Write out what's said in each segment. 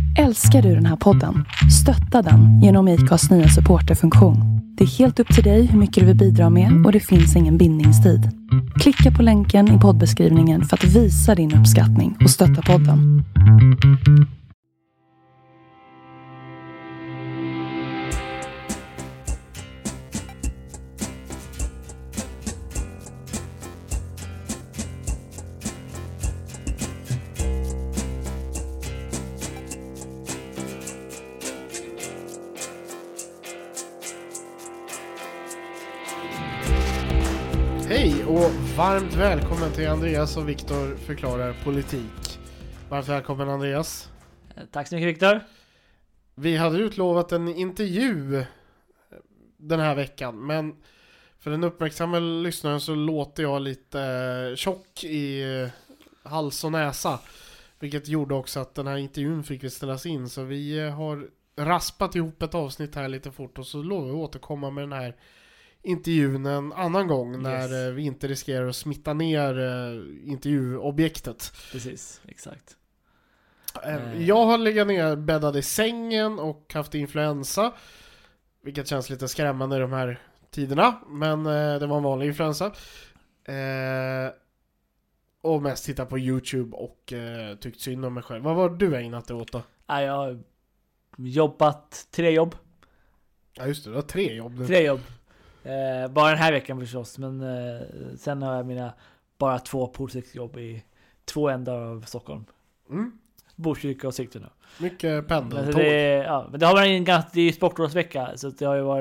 Älskar du den här podden? Stötta den genom IKAs nya supporterfunktion. Det är helt upp till dig hur mycket du vill bidra med och det finns ingen bindningstid. Klicka på länken i poddbeskrivningen för att visa din uppskattning och stötta podden. Hej och varmt välkommen till Andreas och Viktor förklarar politik. Varmt välkommen Andreas. Tack så mycket Viktor. Vi hade utlovat en intervju den här veckan, men för den uppmärksamma lyssnaren så låter jag lite tjock i hals och näsa. Vilket gjorde också att den här intervjun fick vi ställas in, så vi har raspat ihop ett avsnitt här lite fort och så lovar vi återkomma med den här intervjun en annan gång när vi inte riskerar att smitta ner intervjuobjektet. Precis, exakt. Jag har legat ner bäddad i sängen och haft influensa, vilket känns lite skrämmande i de här tiderna, men det var en vanlig influensa. Och mest titta på YouTube och tyckt synd om mig själv. Vad var du ägnat dig åt då? Jag har jobbat 3 jobb. Ja just det, du har 3 jobb nu. 3 jobb. Bara den här veckan förstås, men sen har jag mina bara 2 polsexjobb i 2 ändar av Stockholm. Botkyrka och Sigtuna. Mycket pendel. Men det har varit en ganska sportlovsvecka, så det har ju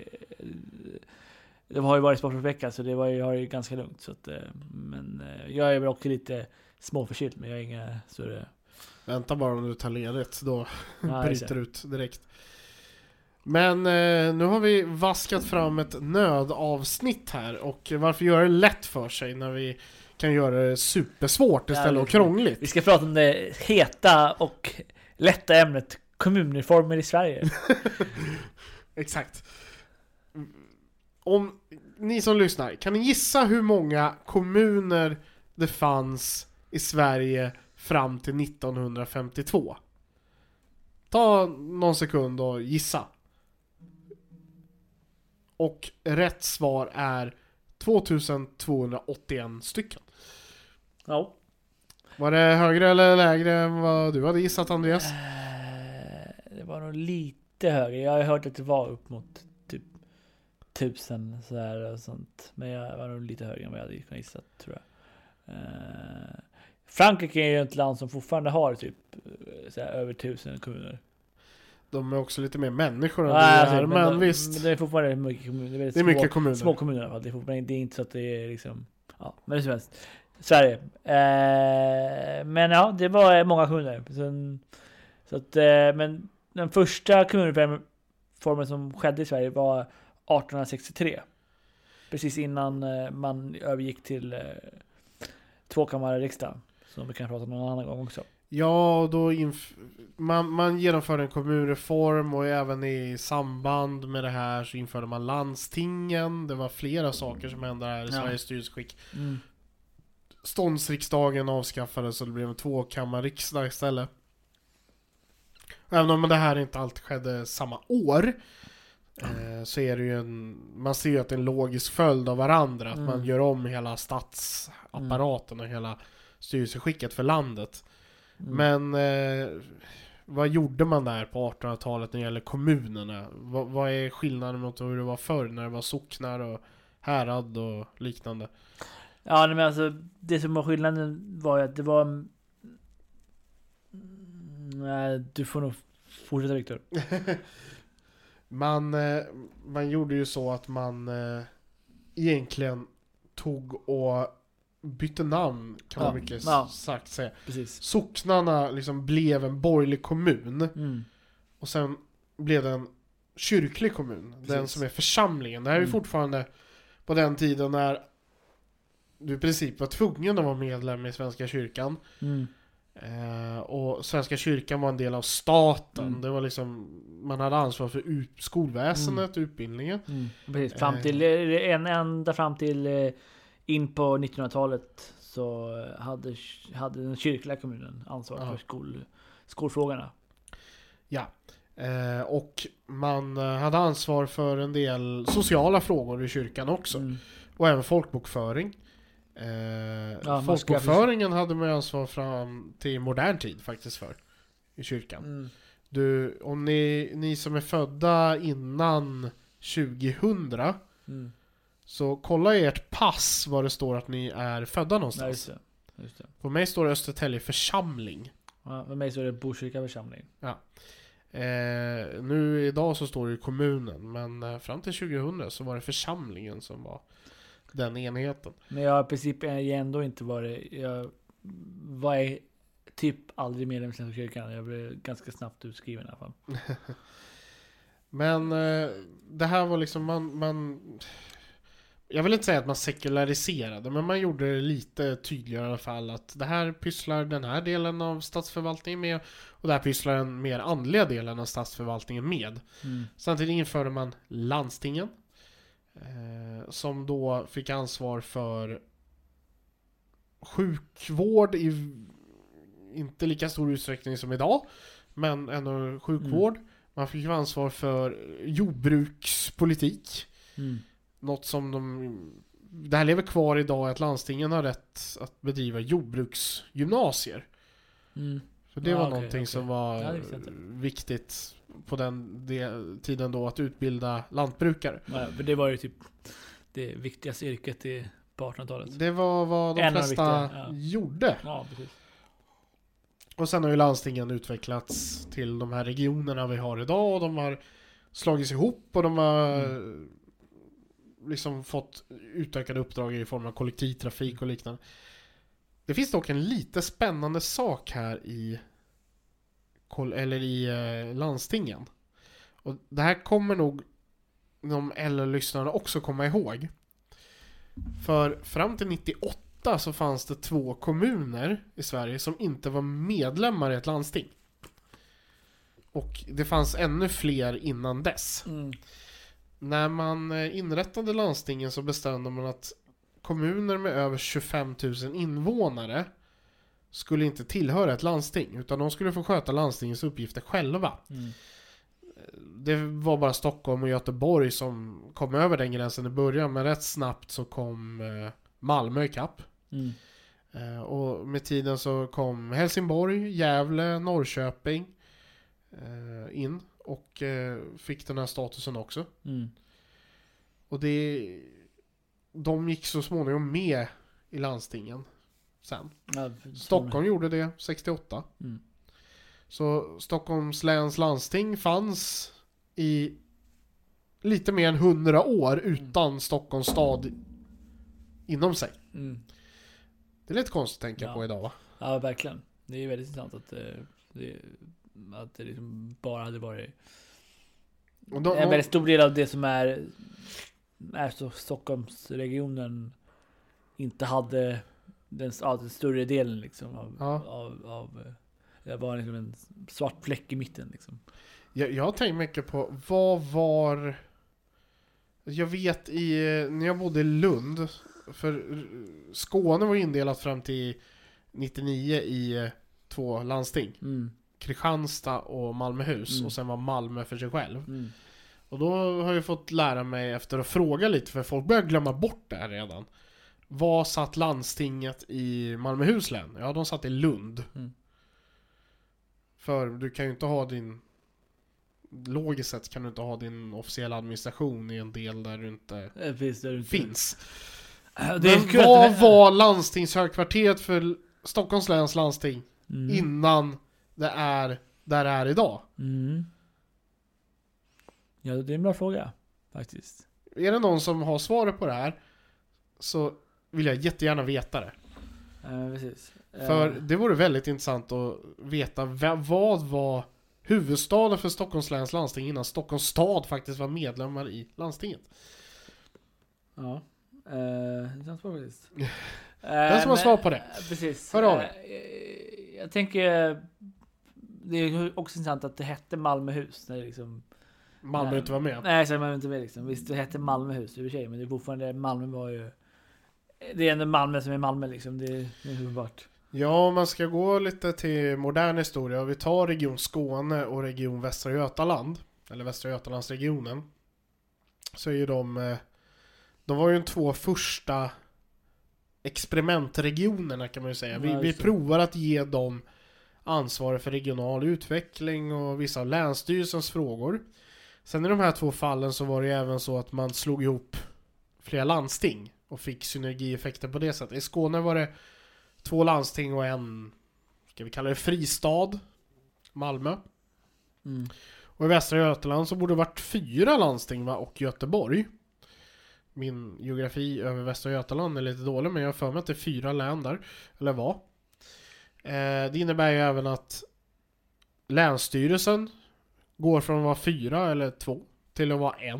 varit sportlovsvecka, så det har ju ganska lugnt, så att, men jag är väl också lite småförkyld, men jag är inga större. Vänta bara om du tar ledigt, då bryter ut direkt. Men nu har vi vaskat fram ett nödavsnitt här. Och varför göra det lätt för sig när vi kan göra det supersvårt istället och krångligt? Vi ska prata om det heta och lätta ämnet kommunreformer i Sverige. Exakt. Om ni som lyssnar, kan ni gissa hur många kommuner det fanns i Sverige fram till 1952? Ta någon sekund och gissa. Och rätt svar är 2281 stycken. Ja. Var det högre eller lägre än vad du hade gissat, Andreas? Det var nog lite högre. Jag har hört att det var upp mot typ 1000 så här och sånt. Men jag var nog lite högre än vad jag hade kunnat gissa, tror jag. Frankrike är ju ett land som fortfarande har typ så här, över 1000 kommuner. De är också lite mer människor än det här, men visst. Men det är fortfarande mycket kommuner. Det är mycket kommuner. Små kommuner i alla fall. Det är inte så att det är liksom... Ja, men det är som helst. Sverige. Men ja, det var många kommuner. Så att, men den första kommunreformen som skedde i Sverige var 1863. Precis innan man övergick till tvåkammarriksdag. Som vi kan prata om någon annan gång också. Ja, då man genomförde en kommunreform och även i samband med det här så införde man landstingen. Det var flera saker som hände här i Sveriges styrelseskick. Ståndsriksdagen avskaffades och det blev en tvåkammarriksdag istället. Även om det här inte alltid skedde samma år så är det ju man ser ju att det är en logisk följd av varandra. Att man gör om hela statsapparaten och hela styrelseskicket för landet. Men vad gjorde man där på 1800-talet när det gäller kommunerna? Vad är skillnaden mot hur det var förr när det var socknar och härad och liknande? Ja, men alltså det som var skillnaden var att det var... Du får nog fortsätta, Viktor. Man gjorde ju så att man egentligen tog och bytte namn, kan man mycket sagt säga. Precis. Socknarna liksom blev en borgerlig kommun. Och sen blev det en kyrklig kommun. Precis. Den som är församlingen. Det här är fortfarande på den tiden när du i princip var tvungen att vara medlem i Svenska kyrkan. Och Svenska kyrkan var en del av staten. Det var liksom, man hade ansvar för skolväsendet, utbildningen. Precis, ända fram till in på 1900-talet så hade den kyrkliga kommunen ansvar för skolfrågorna. Ja. Och man hade ansvar för en del sociala frågor i kyrkan också. Och även folkbokföring. Folkbokföringen hade man ansvar fram till modern tid faktiskt för i kyrkan. Om ni som är födda innan 2000 så kolla i ert pass vad det står att ni är födda någonstans. Ja, just det. På mig står det Östertälje församling. Ja, på mig står det Botkyrka församling. Ja. Nu idag så står det i kommunen, men fram till 2000 så var det församlingen som var den enheten. Men jag har i princip ändå inte varit, jag var typ aldrig medlem i Svenska kyrkan. Jag blev ganska snabbt utskriven i alla fall. Men det här var liksom man jag vill inte säga att man sekulariserade, men man gjorde det lite tydligare i alla fall att det här pysslar den här delen av statsförvaltningen med och det här pysslar den mer andliga delen av statsförvaltningen med. Samtidigt införde man landstingen som då fick ansvar för sjukvård i inte lika stor utsträckning som idag, men ändå sjukvård. Man fick ansvar för jordbrukspolitik. Något som det här lever kvar idag, att landstingen har rätt att bedriva jordbruksgymnasier. Så det var någonting som var viktigt på den tiden då, att utbilda lantbrukare. Ja, för det var ju typ det viktigaste yrket på 1800-talet. Det var vad de flesta gjorde. Ja, precis. Och sen har ju landstingen utvecklats till de här regionerna vi har idag, och de har slagits ihop och de har liksom fått utökade uppdrag i form av kollektivtrafik och liknande. Det finns dock en lite spännande sak här i landstingen. Och det här kommer nog de LR-lyssnarna också komma ihåg. För fram till 98 så fanns det 2 kommuner i Sverige som inte var medlemmar i ett landsting. Och det fanns ännu fler innan dess. När man inrättade landstingen så bestämde man att kommuner med över 25 000 invånare skulle inte tillhöra ett landsting, utan de skulle få sköta landstingets uppgifter själva. Det var bara Stockholm och Göteborg som kom över den gränsen i början, men rätt snabbt så kom Malmö ikapp. Och med tiden så kom Helsingborg, Gävle, Norrköping in och fick den här statusen också. Och de gick så småningom med i landstingen sen. Stockholm gjorde det 68. Så Stockholms läns landsting fanns i lite mer än 100 år utan Stockholms stad inom sig. Det är lite konstigt att tänka på idag, va? Ja, verkligen. Det är väldigt intressant att det liksom bara hade varit en väldigt stor del av det som är så Stockholmsregionen inte hade den större delen liksom av det var liksom en svart fläck i mitten liksom. Jag har tänkt mycket på vad var, jag vet när jag bodde i Lund, för Skåne var indelat fram till 99 i 2 landsting. Kristianstad och Malmöhus, och sen var Malmö för sig själv. Och då har jag fått lära mig efter att fråga lite, för folk börjar glömma bort det här redan. Vad satt landstinget i Malmöhus län? Ja, de satt i Lund. För du kan ju inte ha logiskt sett kan du inte ha din officiella administration i en del där du inte finns. Men vad var landstingshögkvarteret för Stockholms läns landsting innan det är där det är idag? Ja, det är en bra fråga faktiskt. Är det någon som har svaret på det här, så vill jag jättegärna veta det. Precis. För det vore väldigt intressant att veta vad var huvudstaden för Stockholms läns landsting innan Stockholms stad faktiskt var medlemmar i landstinget. Ja. Det känns bra faktiskt. Den som har svar på det. Precis. Hör av jag tänker det är också intressant att det hette Malmöhus när det liksom Malmö inte var med. Nej, så Malmö inte med liksom. Visst, det hette Malmöhus i och för sig, men det är fortfarande Malmö var ju, det är ändå Malmö som är Malmö liksom, det är uppenbart. Ja, om man ska gå lite till modern historia. Vi tar region Skåne och region Västra Götaland. Eller Västra Götalandsregionen. Så är ju de var ju de 2 första experimentregionerna kan man ju säga. Vi provar att ge dem ansvar för regional utveckling och vissa av länsstyrelsens frågor. Sen i de här 2 fallen så var det ju även så att man slog ihop flera landsting och fick synergieffekter på det sättet. I Skåne var det 2 landsting och en, ska vi kalla det fristad, Malmö. Och i Västra Götaland så borde det varit 4 landsting och Göteborg. Min geografi över Västra Götaland är lite dålig, men jag har för mig att det är 4 län där, eller vad. Det innebär ju även att länsstyrelsen går från att vara 4 eller 2 till att vara 1.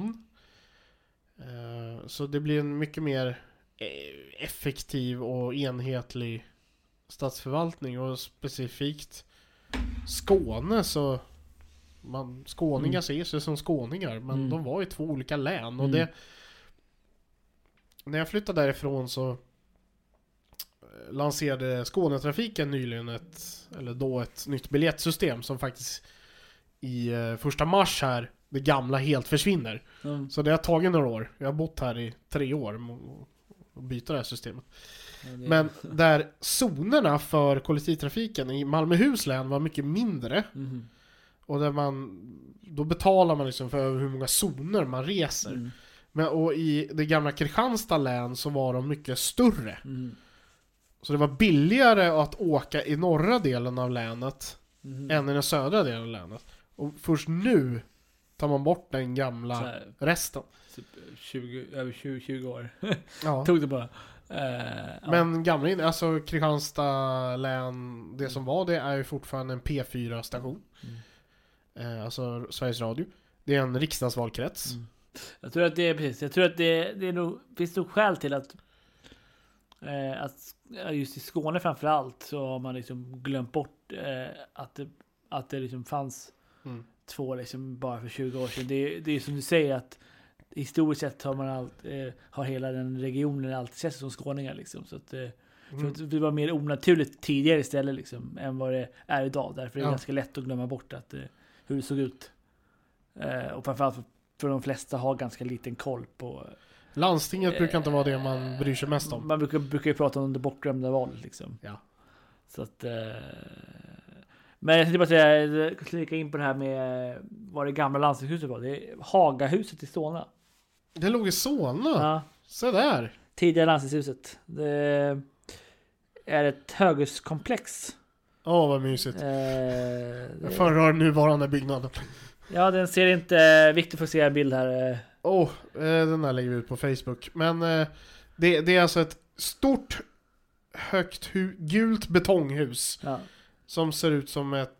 Så det blir en mycket mer effektiv och enhetlig statsförvaltning, och specifikt Skåne så skåningar ser sig som skåningar, men de var i 2 olika län och det, när jag flyttade därifrån så lanserade Skånetrafiken nyligen ett nytt biljettsystem som faktiskt i 1 mars här, det gamla helt försvinner. Så det har tagit några år. Jag har bott här i 3 år och byta det här systemet. Men där zonerna för kollektivtrafiken i Malmöhus län var mycket mindre. Och där då betalar man liksom för hur många zoner man reser. Och i det gamla Kristianstad län så var de mycket större. Så det var billigare att åka i norra delen av länet än i den södra delen av länet. Och först nu tar man bort den gamla resten. Typ över 20 år. Ja. Tog det bara. Men gamla, alltså Kristianstad län, det som var det är ju fortfarande en P4-station. Alltså Sveriges Radio. Det är en riksdagsvalkrets. Jag tror att det är precis. Jag tror att det är nog, finns nog skäl till att just i Skåne framförallt så har man liksom glömt bort att det liksom fanns 2 liksom bara för 20 år sedan. Det är som du säger att historiskt sett har hela den regionen alltid sett som skåningar liksom, så att det var mer onaturligt tidigare istället liksom än vad det är idag, därför är det ganska lätt att glömma bort hur det såg ut. Och framförallt för de flesta har ganska liten koll på landstinget brukar inte vara det man bryr sig mest om. Man brukar ju prata om det bortglömda valet liksom. Ja. Så att men jag tänkte bara säga, jag ska klicka in på det här med vad det gamla landstingshuset var. Det är Hagahuset i Solna. Det låg i Solna? Ja. Så där. Tidigare landstingshuset. Det är ett höghuskomplex. Vad mysigt. Förra nuvarande byggnaden. Ja, den ser inte viktigt för att se en bild här. Den här lägger vi ut på Facebook. Men det är alltså ett stort högt gult betonghus. Ja. Som ser ut som ett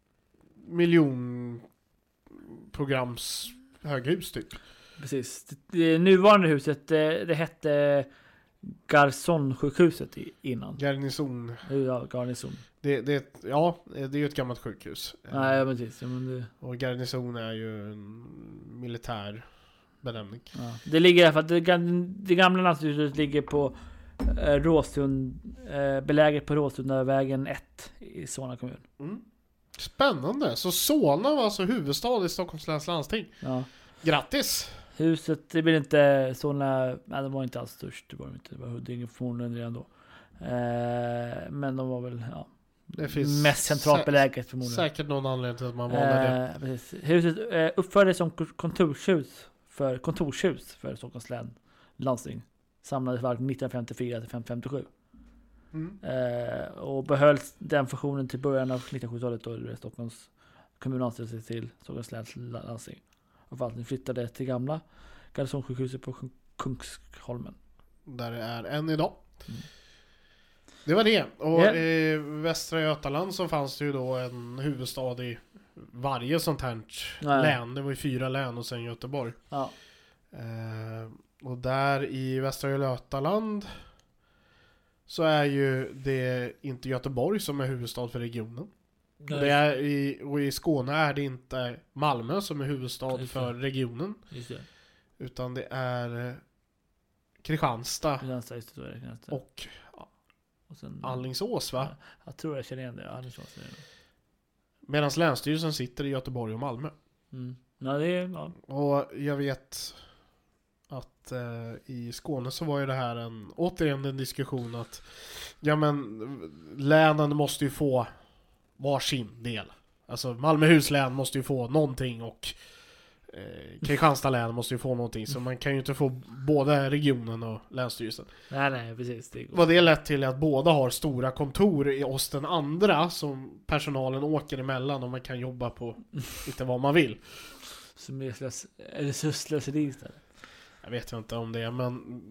miljonprograms höghus typ. Precis. Det nuvarande huset, det hette Garnisonsjukhuset innan. Garnison. Ja, Garnison. Det är ju ett gammalt sjukhus. Nej, precis. Och Garnison är ju en militär benämning. Ja. Det ligger för att det gamla landshuset ligger på Råsund, beläget på Råsundavägen 1 i Solna kommun. Spännande. Så Solna var alltså huvudstad i Stockholms läns landsting. Ja. Grattis! Huset, det blir inte Solna, nej, de var inte alls störst, det var de inte. Det var Huddinge förmodligen redan då. Men de var väl det finns mest centralt beläget förmodligen. Säkert någon anledning till att man valde det. Precis. Huset uppfördes som kontorshus för Stockholms län landsting. Samlades varje 1954 till 1957. Och behölls den funktionen till början av 1970-talet då Stockholms kommun anslöt sig till Stockholms läns landsting. Och förvaltningen flyttade till gamla Garnisonsjukhuset på Kungsholmen. Där det är än idag. Det var det. Och i Västra Götaland så fanns det ju då en huvudstad i varje sånt här län. Det var ju 4 län och sen Göteborg. Ja. Och där i Västra Götaland så är ju det inte Göteborg som är huvudstad för regionen. Och i Skåne är det inte Malmö som är huvudstad för regionen. Just det. Utan det är Kristianstad. Och Och sen, Alingsås, va? Jag tror jag känner igen det. Alingsås är det. Medan Länsstyrelsen sitter i Göteborg och Malmö. Ja, det är... Ja. Och jag vet att i Skåne så var ju det här återigen en diskussion att ja men länen måste ju få varsin del. Alltså Malmöhus län måste ju få någonting och Kristianstad län måste ju få någonting. Så man kan ju inte få både regionen och länsstyrelsen. Nej, precis. Det Vad det lett till är att båda har stora kontor hos den andra som personalen åker emellan och man kan jobba på lite vad man vill. Som är så slöseri istället. Jag vet inte om det är, men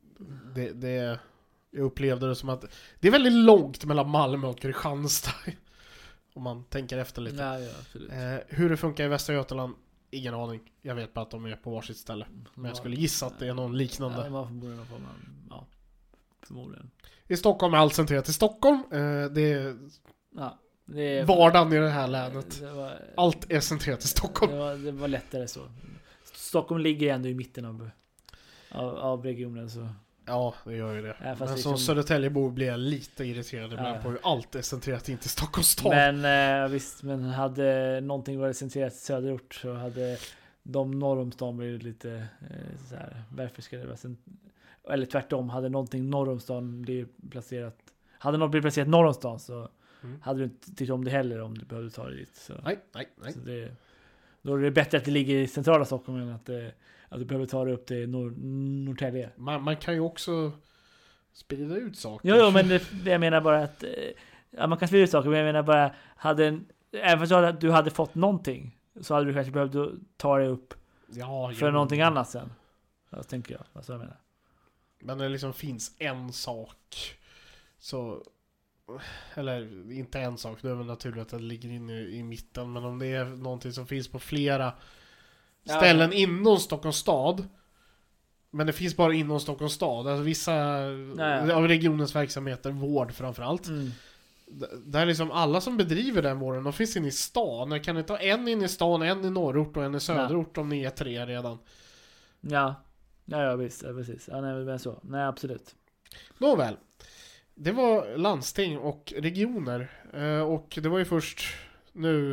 jag upplevde det som att det är väldigt långt mellan Malmö och Kristianstad. Om man tänker efter lite. Ja, absolut. Hur det funkar i Västra Götaland, ingen aning. Jag vet bara att de är på varsitt ställe. Men jag skulle gissa att det är någon liknande. Ja, det var förmodligen. I Stockholm är allt centrerat i Stockholm. Det är vardagen i det här länet. Allt är centrerat i Stockholm. Det var lättare så. Stockholm ligger ändå i mitten av regionen så. Ja, det gör ju det. Ja, men liksom... som Södertäljebor blir jag lite irriterad ibland på hur allt är centrerat in till Stockholms stad. Men visst, men hade någonting varit centrerat till söderort så hade de norr om stan blivit lite så här, varför ska det vara eller tvärtom, hade någonting norr om stan blivit placerat, hade något blivit placerat norr om stan så hade du inte tyckt om det heller om du behövde ta det dit. Så. Nej. Så då är det bättre att det ligger i centrala Stockholm än att du behöver ta det upp till Norrtälje. Man kan ju också sprida ut saker. Jo, men jag menar bara att man kan sprida ut saker, men jag menar bara även fast du hade fått någonting så hade du kanske behövt ta det upp för någonting annat sen. Så tänker jag. Alltså jag menar. Men det liksom finns en sak så, eller inte en sak, det är väl naturligt att det ligger inne i mitten, men om det är någonting som finns på flera ställen inom Stockholms stad, men det finns bara inom Stockholms stad, alltså vissa av regionens verksamheter, vård framförallt, där liksom alla som bedriver den vården, de finns inne i stan. Jag kan inte ha en inne i stan, en i norrort och en i söderort om ni är 3 redan. Ja, visst, precis. Ja, nej, men så. Nej, absolut. Nåväl. Det var landsting och regioner. Och det var ju först nu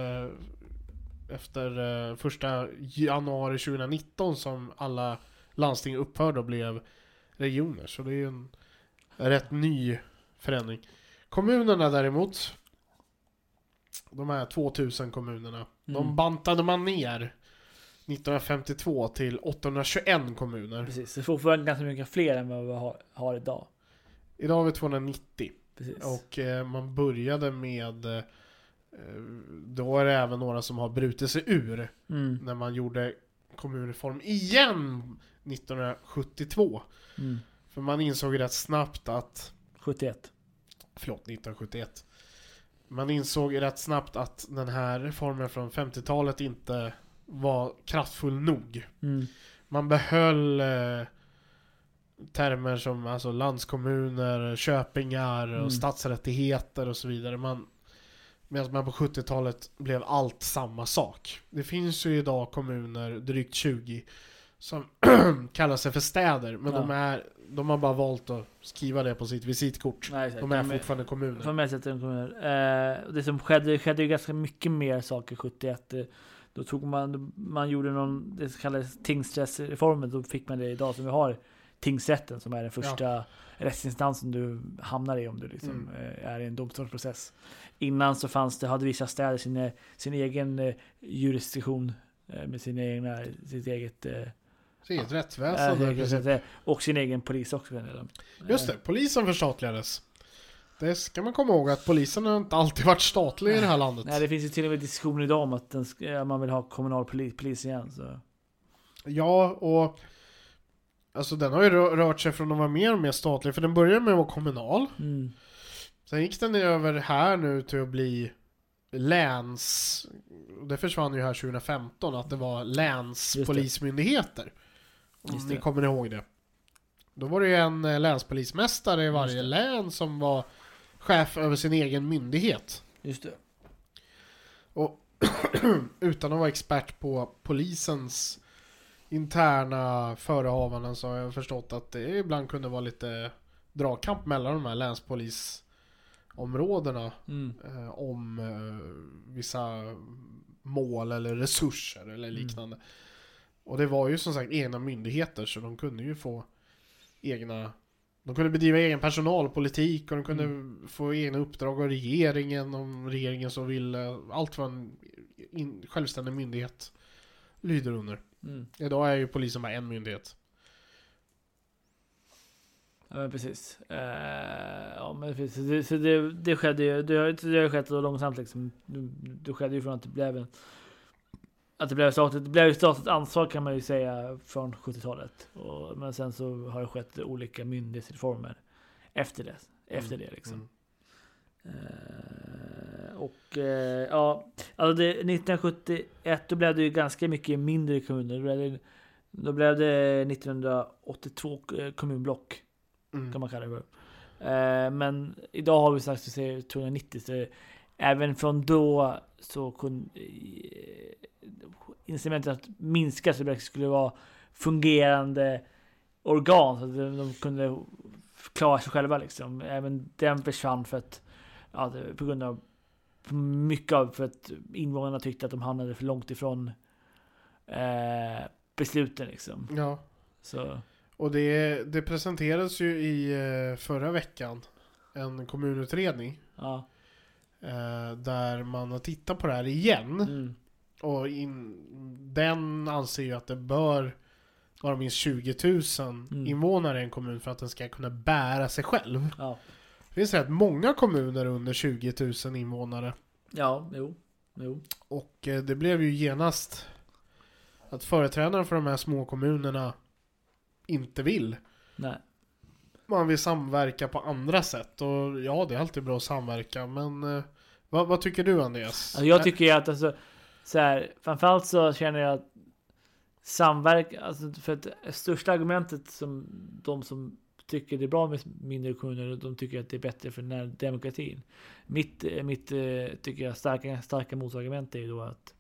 efter 1 januari 2019 som alla landsting upphörde och blev regioner. Så det är ju en rätt ny förändring. Kommunerna däremot, de här 2000 kommunerna, de bantade man ner 1952 till 821 kommuner. Precis, det är fortfarande ganska mycket fler än vad vi har idag. Idag har vi 290. Precis. Och man började med, då är det även några som har brutit sig ur när man gjorde kommunreform igen 1972. För man insåg rätt snabbt att 1971. Man insåg rätt snabbt att den här reformen från 50-talet inte var kraftfull nog. Man behöll termer som alltså landskommuner, köpingar och stadsrättigheter och så vidare. Medan man på 70-talet blev allt samma sak. Det finns ju idag kommuner, drygt 20, som kallar sig för städer, men de har bara valt att skriva det på sitt visitkort. Nej, de är fortfarande kommuner. Det som skedde ju ganska mycket mer saker 71. Då tog man gjorde det så kallade tingsrättsreformen, då fick man det idag som vi har tingsrätten som är den första rättsinstansen du hamnar i om du liksom är i en domstolsprocess. Innan så hade vissa städer sin egen jurisdiktion med sitt eget rättsväsende och sin egen polis också. Just det, polisen förstatligades. Det ska man komma ihåg, att polisen har inte alltid varit statlig i det här landet. Nej, det finns ju till och med diskussioner idag om att man vill ha kommunal polis igen. Så. Ja, och alltså den har ju rört sig från att vara mer och mer statlig, för den började med att vara kommunal. Sen gick den över här nu till att bli läns. Det försvann ju här 2015 att det var länspolismyndigheter. Om ni kommer ihåg det. Då var det ju en länspolismästare i varje län som var chef över sin egen myndighet. Just det. Och utan att vara expert på polisens interna förehavanden så har jag förstått att det ibland kunde vara lite dragkamp mellan de här länspolisområdena om vissa mål eller resurser eller liknande. Och det var ju som sagt egna myndigheter, så de kunde ju få de kunde bedriva egen personalpolitik och de kunde få egna uppdrag av regeringen om regeringen så ville. Allt vad en självständig myndighet lyder under. Idag är ju polisen bara en myndighet. Ja, men precis. Ja, men precis. Så det skedde ju. Det har skett så långsamt liksom. Det skedde ju från att det blev statligt ansvar, kan man ju säga, från 70-talet. Men sen så har det skett olika myndighetsreformer efter det liksom. Ja, alltså 1971 då blev det ju ganska mycket mindre kommuner. Då blev det 1982 kommunblock, kan man kalla det för. Men idag har vi sagt att det är 290, så även från då så kunde incidentet att minska, så det skulle vara fungerande organ så att de kunde klara sig själva liksom. Även den försvann för att på grund av för att invånarna tyckte att de hamnade för långt ifrån besluten liksom. Ja. Så. Och det presenterades ju i förra veckan en kommunutredning. Ja. Där man har tittat på det här igen. Och den anser ju att det bör vara minst 20 000 invånare i en kommun för att den ska kunna bära sig själv. Ja. Det finns rätt många kommuner under 20 000 invånare. Ja, jo. Och det blev ju genast att företrädare för de här små kommunerna inte vill. Nej. Man vill samverka på andra sätt. Och ja, det är alltid bra att samverka. Men vad tycker du, Andreas? Alltså, jag tycker att så här, framförallt så känner jag att samverkan, alltså för att största argumentet som de som tycker det är bra med mindre kommuner, de tycker att det är bättre för den här demokratin. Mitt tycker jag starka motargument är ju då att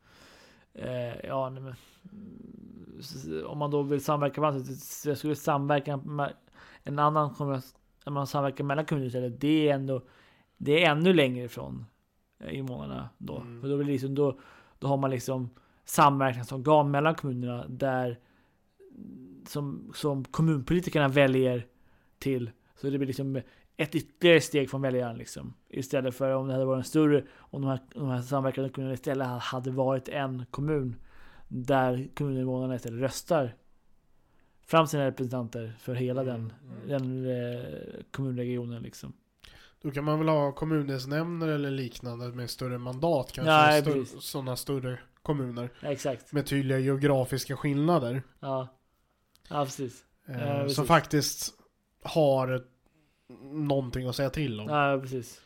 om man då vill samverka med andra, så skulle samverka med en annan kommun, när man samverkar mellan kommuner, det är ännu längre ifrån invånarna då. För då blir liksom då har man liksom samverkansorgan mellan kommunerna där som kommunpolitikerna väljer till. Så det blir liksom ett ytterligare steg från väljaren liksom. Istället för om det hade varit en större, om de här samverkande kommunerna istället hade varit en kommun där kommuninvånarna istället röstar fram sina representanter för hela den kommunregionen liksom. Då kan man väl ha kommundelsnämnder eller liknande med större mandat kanske. Sådana större kommuner. Ja, exakt. Med tydliga geografiska skillnader. Ja, precis. Som faktiskt har någonting att säga till om. Ja, precis.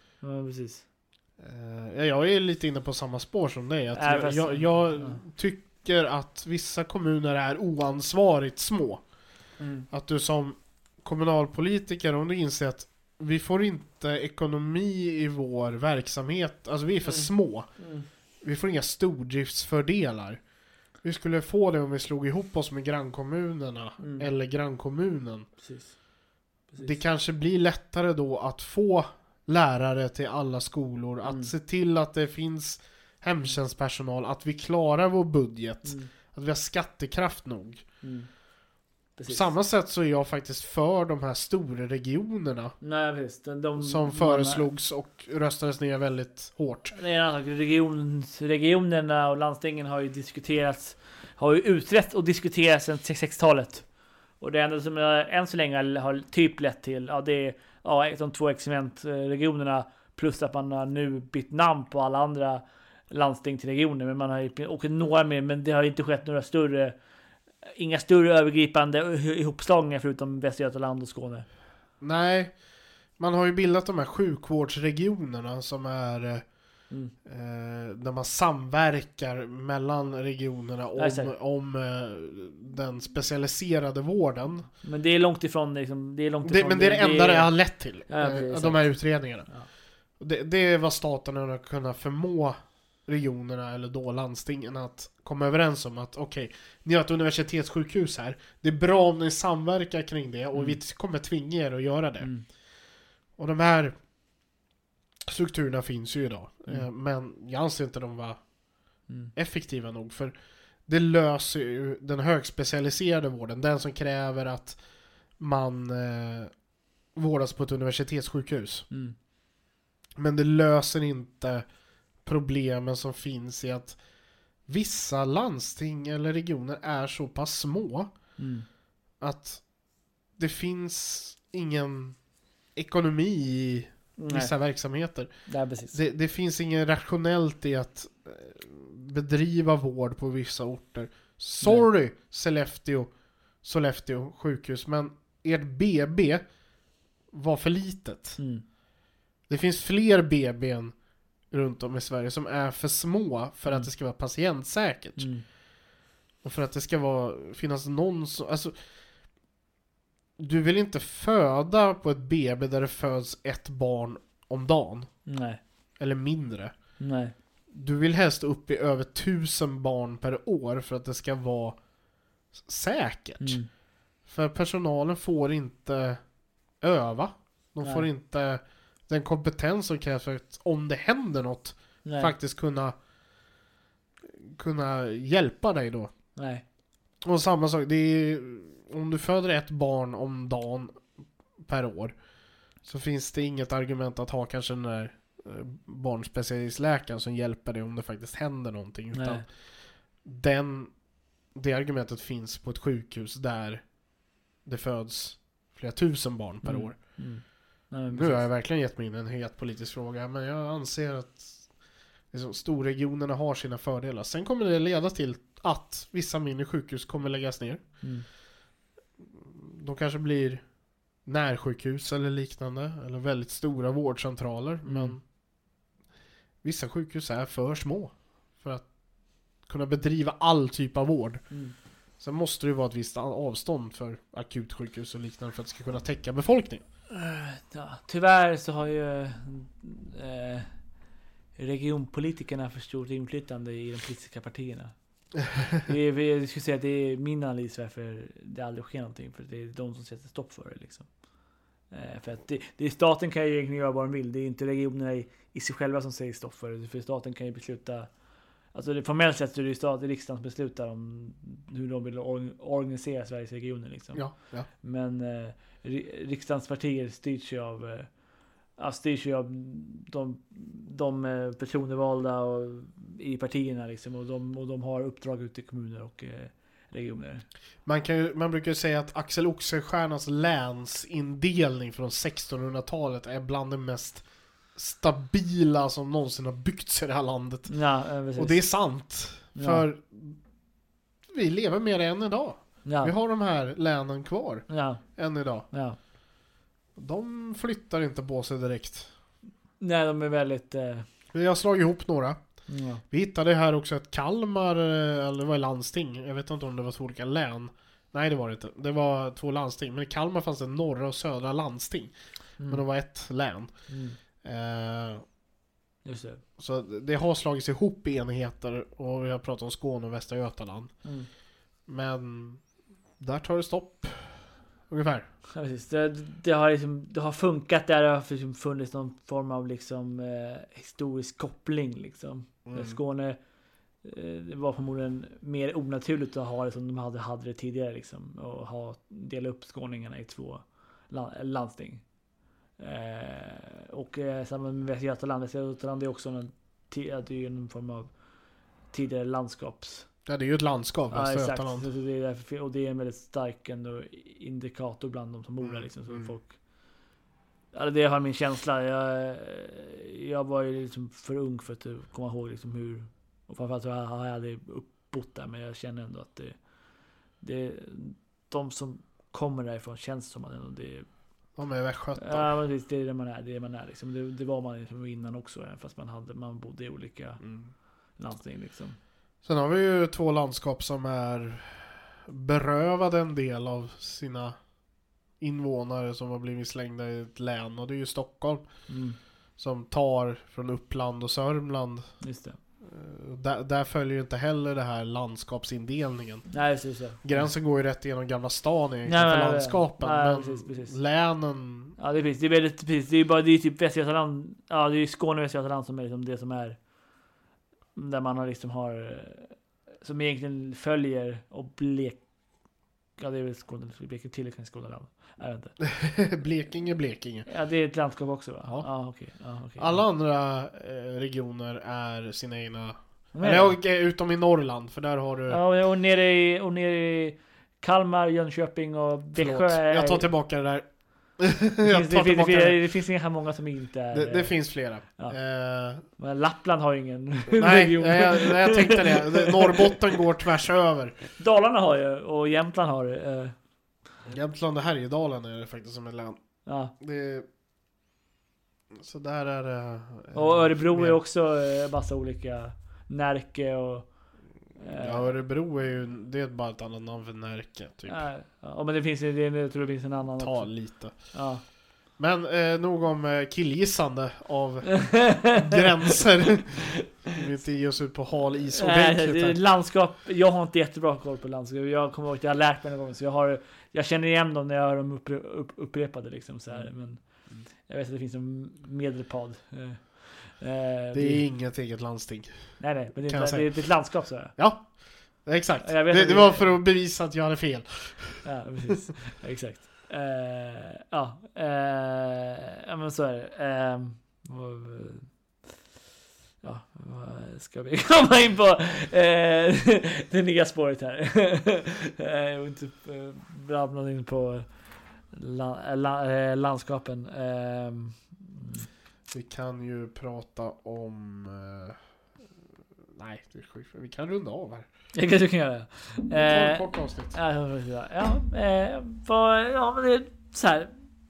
Jag är lite inne på samma spår som dig. Att jag tycker att vissa kommuner är oansvarigt små. Att du som kommunalpolitiker, om du inser att vi får inte ekonomi i vår verksamhet, alltså vi är för små. Vi får inga stordriftsfördelar. Vi skulle få det om vi slog ihop oss med grannkommunerna eller grannkommunen. Precis. Det kanske blir lättare då att få lärare till alla skolor, att se till att det finns hemtjänstpersonal, att vi klarar vår budget, att vi har skattekraft nog. På samma sätt så är jag faktiskt för de här stora regionerna. Nej, visst. Som föreslogs och röstades ner väldigt hårt. Regionerna och landstingen har ju utretts och diskuterats sedan 60-talet. Och det enda som än så länge har typ lett till det är de 2 experimentregionerna, plus att man har nu bytt namn på alla andra landsting till regioner, men man har åkt några mer, men det har inte skett inga större övergripande ihopslagningar förutom Västra Götaland och Skåne. Nej, man har ju bildat de här sjukvårdsregionerna som är där man samverkar mellan regionerna om den specialiserade vården. Men det är långt ifrån liksom, men det är det enda det har lett till, de här utredningarna. Ja. Det är vad staten har kunnat förmå regionerna eller då landstingen att komma överens om att okej, ni har ett universitetssjukhus här. Det är bra om ni samverkar kring det och vi kommer tvinga er att göra det. Och de här strukturerna finns ju idag. Men jag anser inte de var effektiva nog, för det löser ju den högspecialiserade vården, den som kräver att man vårdas på ett universitetssjukhus. Men det löser inte problemen som finns i att vissa landsting eller regioner är så pass små att det finns ingen ekonomi i vissa verksamheter. Ja, precis. Det finns ingen rationellt i att bedriva vård på vissa orter. Sorry, Sollefteå sjukhus, men ert BB var för litet. Det finns fler BB:n runt om i Sverige som är för små för att det ska vara patientsäkert. Och för att det ska finnas någon som... Alltså, du vill inte föda på ett BB där det föds ett barn om dagen. Nej. Eller mindre. Nej. Du vill helst upp i över 1000 barn per år för att det ska vara säkert. För personalen får inte öva. De får inte den kompetens som krävs för att om det händer något faktiskt kunna hjälpa dig då. Nej. Och samma sak, det är, om du föder ett barn om dagen per år så finns det inget argument att ha kanske den där barnspecialistläkaren som hjälper dig om det faktiskt händer någonting. Utan det argumentet finns på ett sjukhus där det föds flera tusen barn per år. Nu har jag verkligen gett mig in en het politisk fråga, men jag anser att liksom, storregionerna har sina fördelar. Sen kommer det leda till att vissa mindre sjukhus kommer läggas ner. De kanske blir närsjukhus eller liknande, eller väldigt stora vårdcentraler, men vissa sjukhus är för små för att kunna bedriva all typ av vård. Sen måste det vara ett visst avstånd för akutsjukhus och liknande för att det ska kunna täcka befolkningen. Ja, tyvärr så har ju regionpolitikerna för stort inflytande i de politiska partierna. Jag skulle säga att det är min analys varför det aldrig sker någonting, för det är de som sätter stopp för det liksom. För att staten kan ju egentligen göra vad de vill. Det är inte regionerna i sig själva som säger stopp för det. För staten kan ju besluta, alltså formellt sett är det riksdagen som beslutar om hur de vill organisera Sveriges regioner liksom. Ja. Men riksdagens partier styrs ju av de förtroendevalda och i partierna liksom, och de har uppdrag ute i kommuner och regioner. Man brukar ju säga att Axel Oxenstiernas länsindelning från 1600-talet är bland det mest stabila som någonsin har byggts i det här landet. Och det är sant. För vi lever med det än idag. Vi har de här länen kvar än idag. De flyttar inte på sig direkt. Nej, de är väldigt... Vi har slagit ihop några. Vi hittade här också ett Kalmar, eller det var landsting. Jag vet inte om det var 2 olika län. Nej, det var det inte. Det var 2 landsting. Men i Kalmar fanns det norra och södra landsting. Men det var ett län. Just det. Så det har slagits ihop i enheter. Och vi har pratat om Skåne och Västra Götaland. Men där tar det stopp. Ungefär. Ja, precis. Det har funkat där. Det har liksom funnits någon form av liksom, historisk koppling liksom. Skåne det var förmodligen mer onaturligt att ha det som de hade det tidigare liksom, och dela upp skåningarna i 2 landsting. Och samma med Västra Götaland är också det är ju en form av tidigare landskaps. Ja, det är ju ett landskap. Ja, exakt. Och det är en väldigt stark ändå indikator bland de som bor där liksom, så folk. Ja, det har min känsla. Jag var ju liksom för ung för att komma ihåg liksom hur, och framförallt har jag aldrig bott där, men jag känner ändå att det de som kommer därifrån känns som att det de är västgötar. Ja, men det är det man är liksom. Det var man liksom innan också, fast man bodde i olika landsting liksom. Sen har vi ju 2 landskap som är berövade en del av sina invånare som har blivit slängda i ett län, och det är ju Stockholm som tar från Uppland och Sörmland. Just det. Där följer ju inte heller det här landskapsindelningen. Nej, precis så. Gränsen går ju rätt igenom Gamla stan egentligen för landskapen. Nej, men precis. länen... Ja, det är precis. Det är väldigt precis. Det är typ Västgötaland. Ja, det är Skåne och Västgötaland som är liksom det som är där man har liksom som egentligen följer och ja, det är väl Skåne, Blekinge till kan Skåneland. Jag vet inte. Blekinge. Ja, det är ett landskap också, va? Ja. Okej. Alla andra regioner är sina egna. Eller utom i Norrland, för där har du... Ja, och nere i Kalmar, Jönköping och Växjö. Jag tar tillbaka det där. Det finns inga många som inte är... Det finns flera. Ja. Men Lappland har ju ingen nej, region. jag tänkte det. Norrbotten går tvärs över. Dalarna har ju, och Jämtland har ju. Jämtland och Härjedalen är det faktiskt som ett län. Ja. Så där är det... Och Örebro är också massa olika Närke och... Ja, Örebro är ju... Det är bara ett annat namn för Närke, typ. Ja, men det finns jag tror det finns en annan Ta också. lite. Ja. Men nog om killgissande av gränser. Vi vill inte ge oss ut på hal is och bänk. Landskap, jag har inte jättebra koll på landskap. Jag kommer ihåg att jag har lärt mig en gång, så jag känner igen dem när jag hör dem upprepade liksom så här. Men jag vet att det finns en medelpad. Det är inget eget landsting. Nej, men det är ett landskap så här. Ja, exakt. Det var för att bevisa att jag hade fel. Ja, precis. Exakt. Men så är det. Vad ska vi komma in på det nya spåret här. Jag vill inte brabbla in på landskapen. Vi kan ju prata om... Nej, vi kan runda av här. Jag kanske kan göra det. Kort avsnitt. Men det är så här.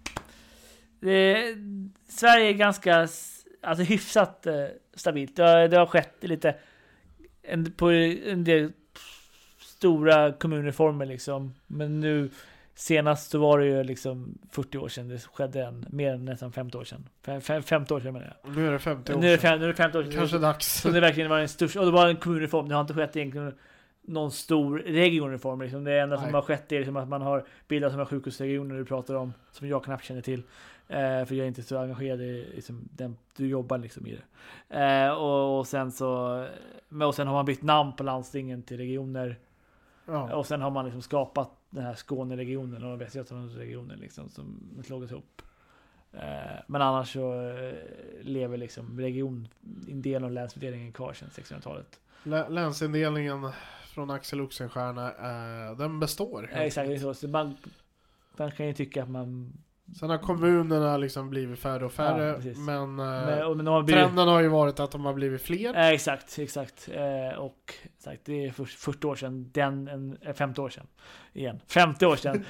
Sverige är ganska hyfsat stabilt. Det har skett lite på en del stora kommunreformer liksom. Men nu senast så var det ju liksom 40 år sedan det skedde mer än nästan 50 år sedan. 50 år sedan menar jag. Nu är det 50 år sedan. Nu är det 50 år sedan. Kanske dags. Så det verkligen var en största, och det var en kommunreform. Det har inte skett egentligen någon stor regionreform liksom. Det enda som har skett är liksom att man har bildat sådana sjukhusregioner du pratar om, som jag knappt känner till. För jag är inte så engagerad i liksom, du jobbar liksom i det. Och sen har man bytt namn på landstingen till regioner. Ja. Och sen har man liksom skapat den här Skåneregionen och Västgötalandsregionen liksom, som slagit ihop. Men annars så lever liksom regionindelningen och länsfördelningen kvar sedan 1600-talet. Länsindelningen från Axel Oxenstierna, den består. Exakt, det är så. Så man kan ju tycka att man... Sen har kommunerna liksom blivit färre och färre, men trenden har ju varit att de har blivit fler. Exakt. Och exakt, det är 40 år sedan, 50 år sedan igen. 50 år sedan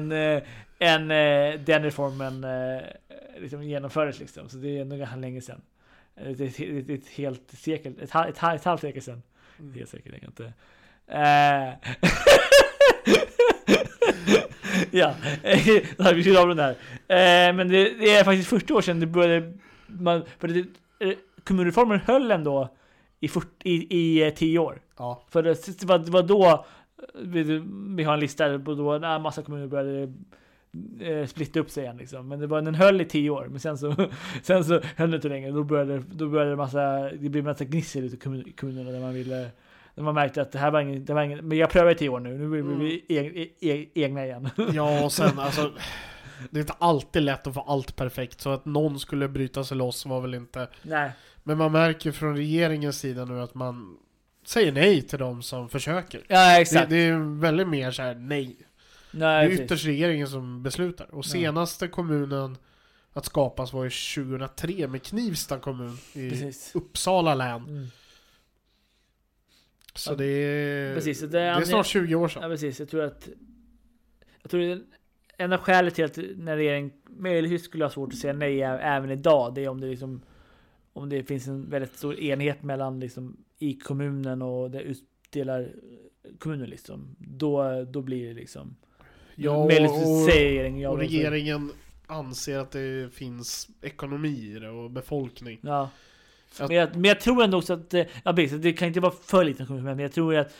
den reformen liksom genomfördes liksom. Så det är nog ganska länge sedan. Ett helt sekel, ett halvt sekel sedan. Helt säkert inte. Ja, vi skulle avrunda här. Men det är faktiskt 40 år sedan det började kommunreformen höll ändå i 10 år. Ja. För det var då vi har en lista där då en massa kommuner började splitta upp sig igen liksom. Men den höll i 10 år, men sen så höll det inte längre. Då började det blev massa gnissel ute i kommunerna där man märkte att det var ingen, men jag prövar i 10 år nu blir vi egna igen. Ja, och sen alltså det är inte alltid lätt att få allt perfekt, så att någon skulle bryta sig loss var väl inte. Nej. Men man märker från regeringens sida nu att man säger nej till de som försöker. Ja, exakt. Det är väldigt mer så här nej. Det är ytterst regeringen som beslutar. Och senaste kommunen att skapas var ju 2003 med Knivsta kommun i Uppsala län. Så det är, det är snart 20 år sedan. Ja, precis. Jag tror det enda skälet till att när regeringen möjligtvis skulle ha svårt att säga nej även idag, det är om det finns en väldigt stor enhet mellan liksom i kommunen och det utdelar kommunen liksom. Då blir det liksom och regeringen anser att det finns ekonomi i det och befolkning. Ja. Men jag tror ändå också att det kan inte vara för liten kommun, men jag tror att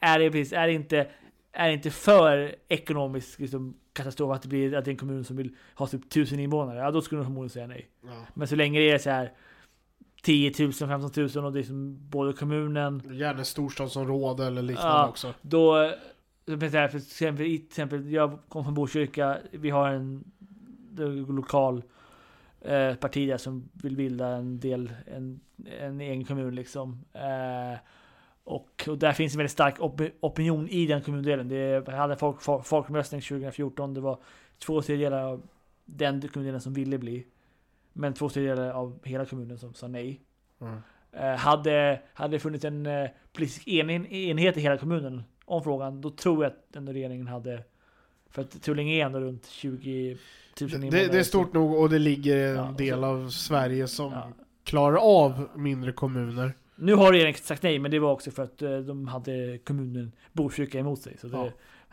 är inte för ekonomisk liksom, katastrof att det är en kommun som vill ha typ 1000 invånare, ja då skulle de förmodligen säga nej. Ja. Men så länge det är så här 10 000, 15 000 och det är som både kommunen, gärna storstadsområde eller liknande också. Då för exempel jag kom från Botkyrka, vi har en lokal parti där som vill bilda en egen kommun liksom. Och där finns en väldigt stark opinion i den kommundelen. Det hade folkomröstning 2014. Det var 2/3 av den kommundelen som ville bli, men 2/3 av hela kommunen som sa nej. Hade det funnits en politisk enhet i hela kommunen om frågan, då tror jag att den regeringen hade, för att Tullinge är ändå runt 20 000 invånare. Det är stort nog, och det ligger en del av Sverige som klarar av mindre kommuner. Nu har regeringen sagt nej, men det var också för att de hade kommunen Botkyrka emot sig. Så det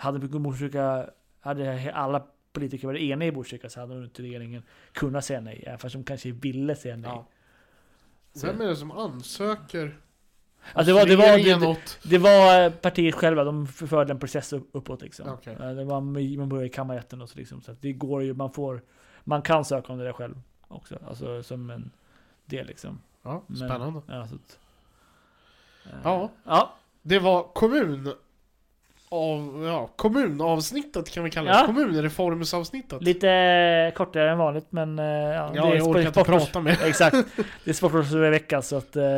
hade alla politiker varit eniga i Botkyrka, så hade nog inte regeringen kunnat säga nej, även fast de kanske ville säga nej. Ja. Vem är det som ansöker? Alltså det var partiet själva, de förde en process uppåt liksom. Okay. Det var, man började i kammarrätten och så liksom, så att det går ju, man kan söka om det där själv också, alltså som en del liksom. Ja, spännande. Ja. Det var kommunavsnittet kan vi kalla det. Kommunreformsavsnittet. Lite kortare än vanligt, men jag orkar inte prata med. Exakt. Det är sportlovet i veckan, så att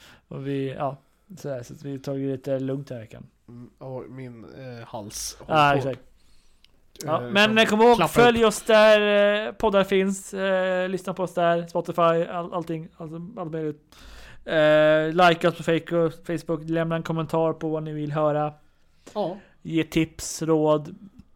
så att vi tar ju lite lugnt den här veckan. Och min hals. Exakt. Men kom ihåg, följ oss där poddar finns, lyssna på oss där, Spotify, allting, allt möjligt. Like oss på Facebook, lämna en kommentar på vad ni vill höra. Ge tips, råd.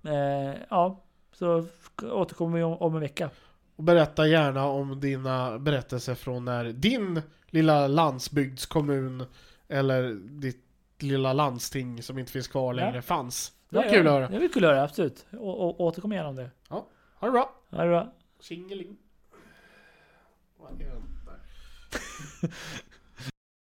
Så återkommer vi om en vecka. Och berätta gärna om dina berättelser från när din lilla landsbygdskommun eller ditt lilla landsting som inte finns kvar längre fanns. Det var kul att höra. Det var kul att höra, absolut. Och återkom gärna om det. Ja, ha det bra. Ha det bra. Singeling. Vad är den där?